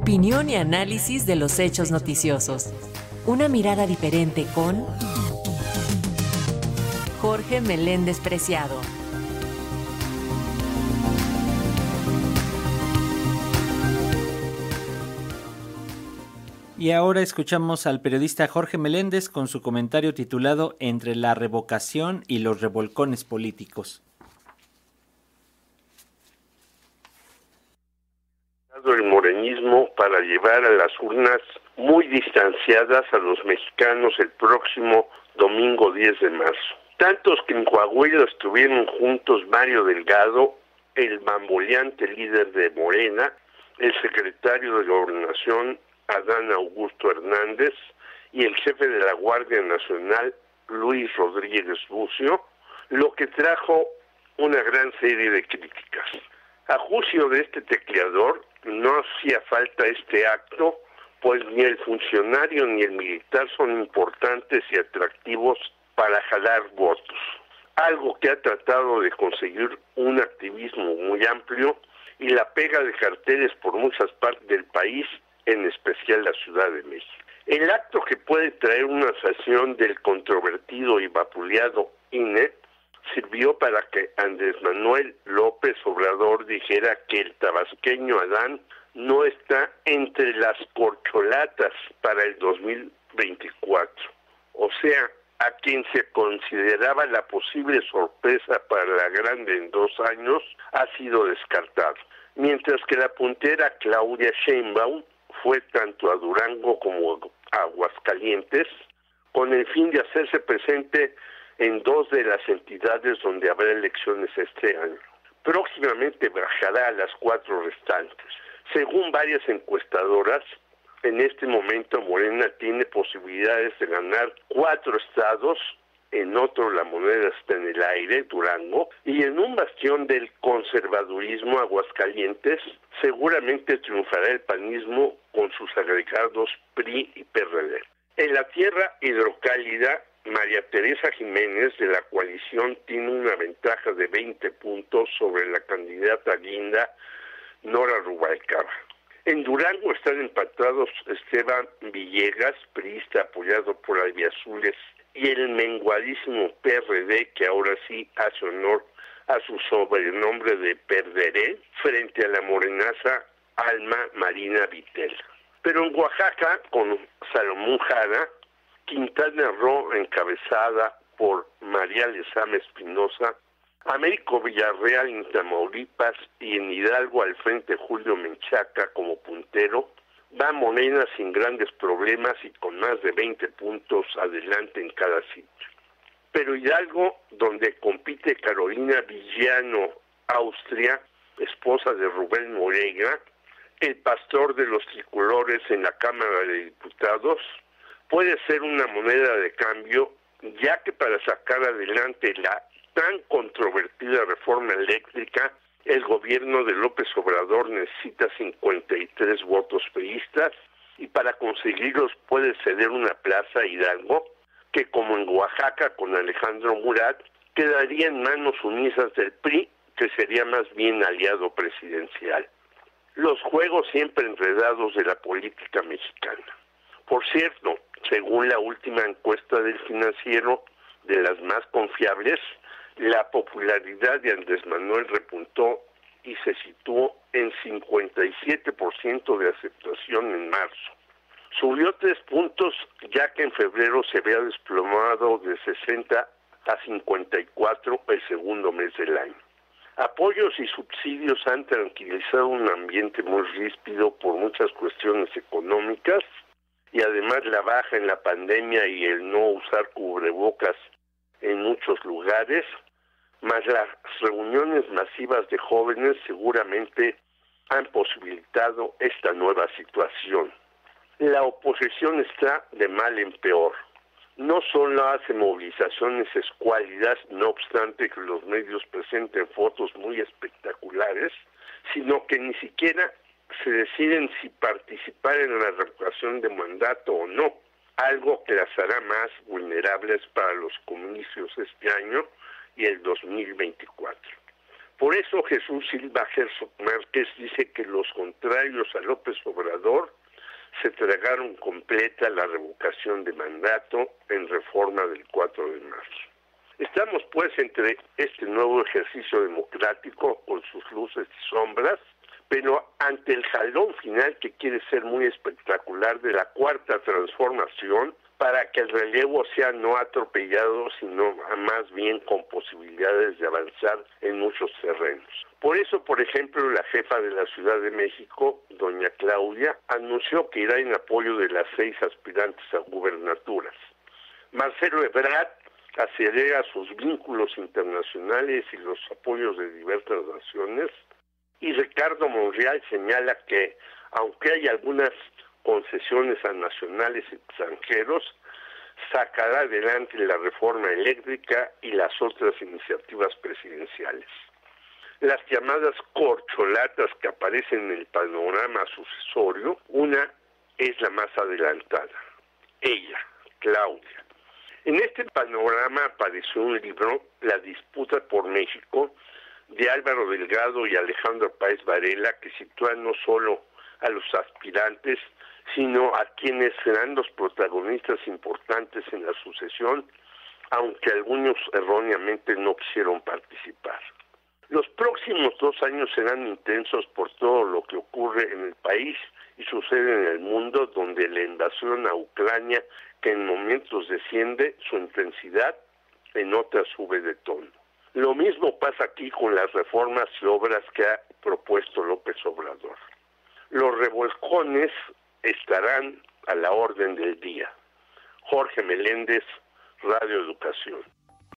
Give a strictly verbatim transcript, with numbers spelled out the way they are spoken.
Opinión y análisis de los hechos noticiosos. Una mirada diferente con Jorge Meléndez Preciado. Y ahora escuchamos al periodista Jorge Meléndez con su comentario titulado Entre la revocación y los revolcones políticos. El morenismo para llevar a las urnas muy distanciadas a los mexicanos el próximo domingo diez de marzo. Tantos que en Coahuila estuvieron juntos Mario Delgado, el bamboleante líder de Morena, el secretario de Gobernación Adán Augusto Hernández y el jefe de la Guardia Nacional Luis Rodríguez Bucio, lo que trajo una gran serie de críticas. A juicio de este tecleador, no hacía falta este acto, pues ni el funcionario ni el militar son importantes y atractivos para jalar votos. Algo que ha tratado de conseguir un activismo muy amplio y la pega de carteles por muchas partes del país, en especial la Ciudad de México. El acto que puede traer una sanción del controvertido y vapuleado I N E sirvió para que Andrés Manuel López Obrador dijera que el tabasqueño Adán no está entre las corcholatas para el dos mil veinticuatro. O sea, a quien se consideraba la posible sorpresa para la Grande en dos años, ha sido descartado. Mientras que la puntera Claudia Sheinbaum fue tanto a Durango como a Aguascalientes, con el fin de hacerse presente en dos de las entidades donde habrá elecciones este año. Próximamente bajará a las cuatro restantes. Según varias encuestadoras, en este momento Morena tiene posibilidades de ganar cuatro estados, en otro la moneda está en el aire, Durango, y en un bastión del conservadurismo, Aguascalientes, seguramente triunfará el panismo con sus agregados P R I y P R D. En la tierra hidrocálida, María Teresa Jiménez de la coalición tiene una ventaja de veinte puntos sobre la candidata guinda Nora Rubalcaba. En Durango están empatados Esteban Villegas, priista apoyado por albiazules, y el menguadísimo P R D, que ahora sí hace honor a su sobrenombre de Perderé, frente a la morenaza Alma Marina Vitel. Pero en Oaxaca, con Salomón Jara, Quintana Roo, encabezada por María Lezama Espinosa, Américo Villarreal en Tamaulipas y en Hidalgo al frente Julio Menchaca como puntero, va Morena sin grandes problemas y con más de veinte puntos adelante en cada sitio. Pero Hidalgo, donde compite Carolina Villano, Austria, esposa de Rubén Moreira, el pastor de los tricolores en la Cámara de Diputados, puede ser una moneda de cambio, ya que para sacar adelante la tan controvertida reforma eléctrica, el gobierno de López Obrador necesita cincuenta y tres votos priistas y para conseguirlos puede ceder una plaza a Hidalgo, que como en Oaxaca con Alejandro Murat, quedaría en manos sumisas del P R I, que sería más bien aliado presidencial. Los juegos siempre enredados de la política mexicana. Por cierto, según la última encuesta del Financiero, de las más confiables, la popularidad de Andrés Manuel repuntó y se situó en cincuenta y siete por ciento de aceptación en marzo. Subió tres puntos, ya que en febrero se había desplomado de sesenta a cincuenta y cuatro el segundo mes del año. Apoyos y subsidios han tranquilizado un ambiente muy ríspido por muchas cuestiones económicas y además la baja en la pandemia y el no usar cubrebocas en muchos lugares, más las reuniones masivas de jóvenes seguramente han posibilitado esta nueva situación. La oposición está de mal en peor. No solo hace movilizaciones escuálidas, no obstante que los medios presenten fotos muy espectaculares, sino que ni siquiera se deciden si participar en la revocación de mandato o no, algo que las hará más vulnerables para los comicios este año y el dos mil veinticuatro. Por eso Jesús Silva Herzog Márquez dice que los contrarios a López Obrador se tragaron completa la revocación de mandato en reforma del cuatro de marzo. Estamos pues entre este nuevo ejercicio democrático con sus luces y sombras, pero ante el jalón final que quiere ser muy espectacular de la cuarta transformación, para que el relevo sea no atropellado, sino más bien con posibilidades de avanzar en muchos terrenos. Por eso, por ejemplo, la jefa de la Ciudad de México, doña Claudia, anunció que irá en apoyo de las seis aspirantes a gubernaturas. Marcelo Ebrard acelera sus vínculos internacionales y los apoyos de diversas naciones, y Ricardo Monreal señala que, aunque hay algunas concesiones a nacionales extranjeros, sacará adelante la reforma eléctrica y las otras iniciativas presidenciales. Las llamadas corcholatas que aparecen en el panorama sucesorio, una es la más adelantada, ella, Claudia. En este panorama apareció un libro, La disputa por México, de Álvaro Delgado y Alejandro Páez Varela, que sitúa no solo a los aspirantes, sino a quienes serán los protagonistas importantes en la sucesión, aunque algunos erróneamente no quisieron participar. Los próximos dos años serán intensos por todo lo que ocurre en el país y sucede en el mundo, donde la invasión a Ucrania, que en momentos desciende su intensidad, en otras sube de tono. Lo mismo pasa aquí con las reformas y obras que ha propuesto López Obrador. Los revolcones estarán a la orden del día. Jorge Meléndez, Radio Educación.